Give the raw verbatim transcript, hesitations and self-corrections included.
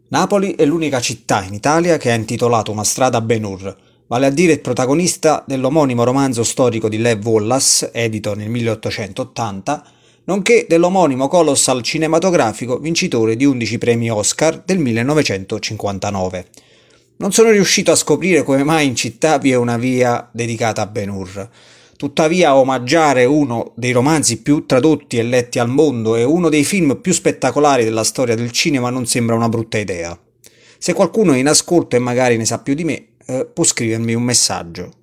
Napoli è l'unica città in Italia che ha intitolato una strada a Ben-Hur, vale a dire il protagonista dell'omonimo romanzo storico di Lev Wallace, edito nel milleottocentottanta, nonché dell'omonimo colossal cinematografico vincitore di undici premi Oscar del millenovecentocinquantanove. Non sono riuscito a scoprire come mai in città vi è una via dedicata a Ben-Hur. Tuttavia, omaggiare uno dei romanzi più tradotti e letti al mondo e uno dei film più spettacolari della storia del cinema non sembra una brutta idea. Se qualcuno è in ascolto e magari ne sa più di me, eh, può scrivermi un messaggio.